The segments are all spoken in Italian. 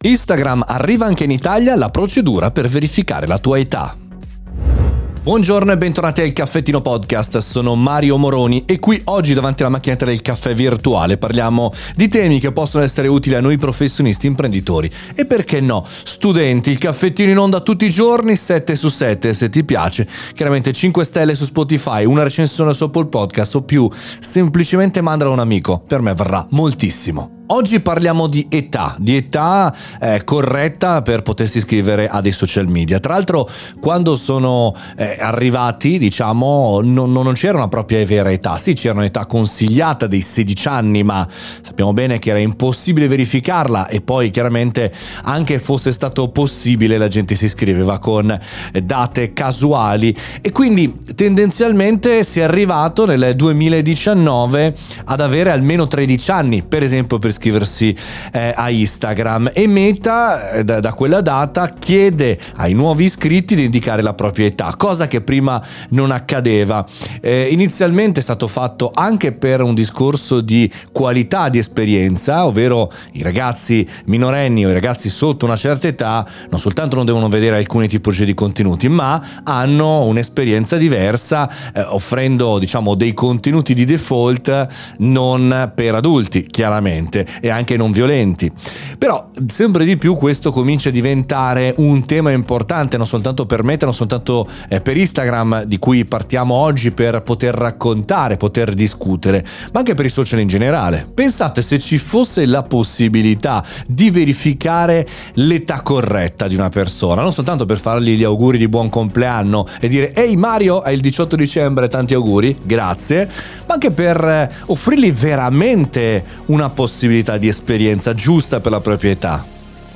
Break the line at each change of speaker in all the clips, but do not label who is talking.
Instagram arriva anche in Italia la procedura per verificare la tua età. Buongiorno e bentornati al Caffettino Podcast, sono Mario Moroni e qui oggi davanti alla macchinetta del caffè virtuale parliamo di temi che possono essere utili a noi professionisti, imprenditori e perché no, studenti. Il caffettino in onda tutti i giorni, 7 su 7 se ti piace, chiaramente 5 stelle su Spotify, una recensione su Apple Podcast o più, semplicemente mandala a un amico, per me varrà moltissimo. Oggi parliamo di età corretta per potersi iscrivere a dei social media. Tra l'altro, quando sono arrivati, non c'era una propria vera età. Sì, c'era un'età consigliata dei 16 anni, ma sappiamo bene che era impossibile verificarla e poi chiaramente anche fosse stato possibile la gente si iscriveva con date casuali e quindi tendenzialmente si è arrivato nel 2019 ad avere almeno 13 anni, per esempio per iscriversi a Instagram, e Meta da quella data chiede ai nuovi iscritti di indicare la propria età, cosa che prima non accadeva. Inizialmente è stato fatto anche per un discorso di qualità di esperienza, ovvero i ragazzi minorenni o i ragazzi sotto una certa età non soltanto non devono vedere alcune tipologie di contenuti, ma hanno un'esperienza diversa, offrendo dei contenuti di default non per adulti, chiaramente, e anche non violenti. Però sempre di più questo comincia a diventare un tema importante, non soltanto per Meta, non soltanto per Instagram, di cui partiamo oggi per poter raccontare, poter discutere, ma anche per i social in generale. Pensate se ci fosse la possibilità di verificare l'età corretta di una persona, non soltanto per fargli gli auguri di buon compleanno e dire ehi Mario, hai il 18 dicembre, tanti auguri, grazie, ma anche per offrirgli veramente una possibilità di esperienza giusta per la propria età.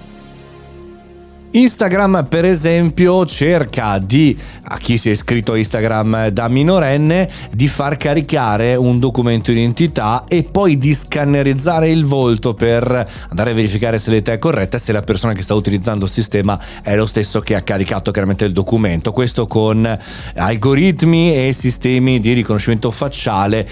Instagram, per esempio, cerca a chi si è iscritto a Instagram da minorenne, di far caricare un documento di identità e poi di scannerizzare il volto per andare a verificare se l'età è corretta e se la persona che sta utilizzando il sistema è lo stesso che ha caricato chiaramente il documento. Questo con algoritmi e sistemi di riconoscimento facciale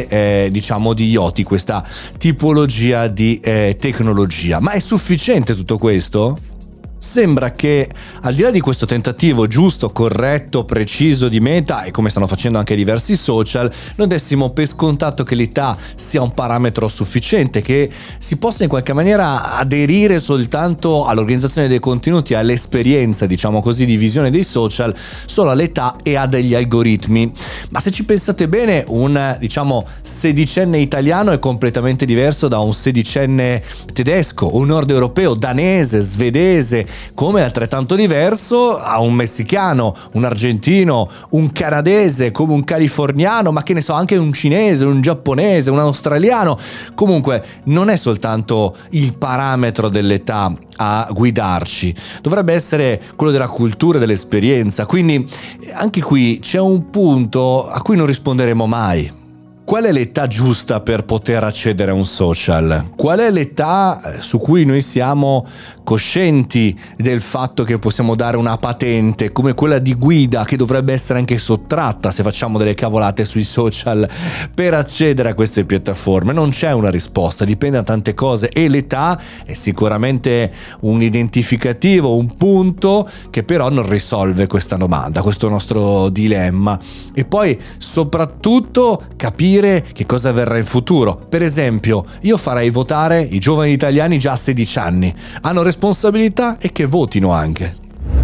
e di IoT, questa tipologia di tecnologia. Ma è sufficiente tutto questo? Sembra che al di là di questo tentativo giusto, corretto, preciso di Meta, e come stanno facendo anche diversi social, noi dessimo per scontato che l'età sia un parametro sufficiente, che si possa in qualche maniera aderire soltanto all'organizzazione dei contenuti, all'esperienza di visione dei social, solo all'età e a degli algoritmi. Ma se ci pensate bene, un sedicenne italiano è completamente diverso da un sedicenne tedesco, un nord europeo, danese, svedese, come altrettanto diverso a un messicano, un argentino, un canadese, come un californiano, ma che ne so, anche un cinese, un giapponese, un australiano. Comunque non è soltanto il parametro dell'età a guidarci, dovrebbe essere quello della cultura e dell'esperienza. Quindi anche qui c'è un punto a cui non risponderemo mai. Qual è l'età giusta per poter accedere a un social? Qual è l'età su cui noi siamo coscienti del fatto che possiamo dare una patente come quella di guida, che dovrebbe essere anche sottratta se facciamo delle cavolate sui social, per accedere a queste piattaforme? Non c'è una risposta, dipende da tante cose, e l'età è sicuramente un identificativo, un punto che però non risolve questa domanda, questo nostro dilemma. E poi soprattutto capire che cosa avverrà in futuro. Per esempio, io farei votare i giovani italiani già a 16 anni, hanno responsabilità e che votino anche.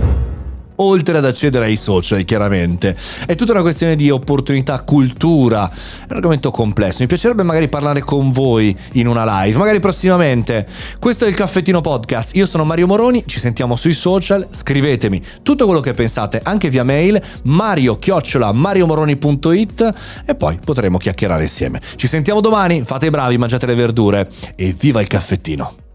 Oltre ad accedere ai social, chiaramente è tutta una questione di opportunità, cultura, è un argomento complesso. Mi piacerebbe magari parlare con voi in una live, magari prossimamente. Questo è il Caffettino Podcast, io sono Mario Moroni, ci sentiamo sui social, scrivetemi tutto quello che pensate anche via mail mario@mariomoroni.it e poi potremo chiacchierare insieme. Ci sentiamo domani, fate i bravi, mangiate le verdure e viva il caffettino.